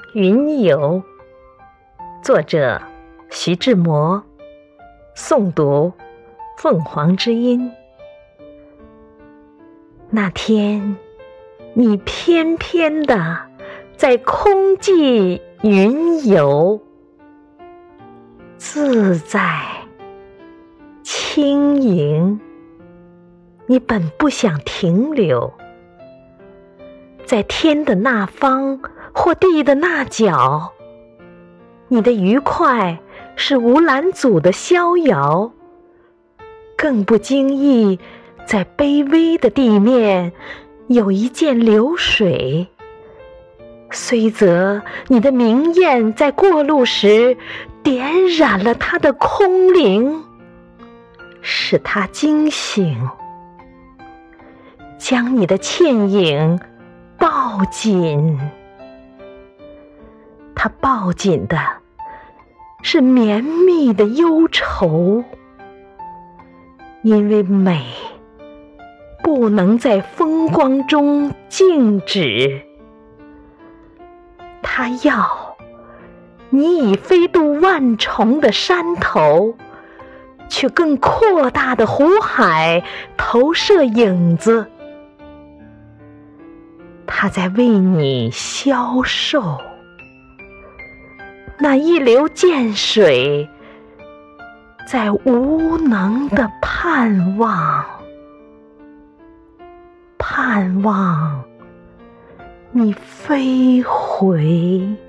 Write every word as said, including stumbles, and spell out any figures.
云游，作者徐志摩，诵读凤凰之音。那天，你翩翩地在空际云游，自在轻盈。你本不想停留，在天的那方或地的那角，你的愉快是无拦阻的逍遥，更不经意在卑微的地面有一涧流水，虽则你的明艳在过路时点染了它的空灵，使它惊醒，将你的倩影抱紧。它抱紧的是绵密的忧愁，因为美不能在风光中静止，它要你以飞渡万重的山头，去更扩大的湖海投射影子。它在为你消瘦，那一流涧水在无能的盼望，盼望你飞回。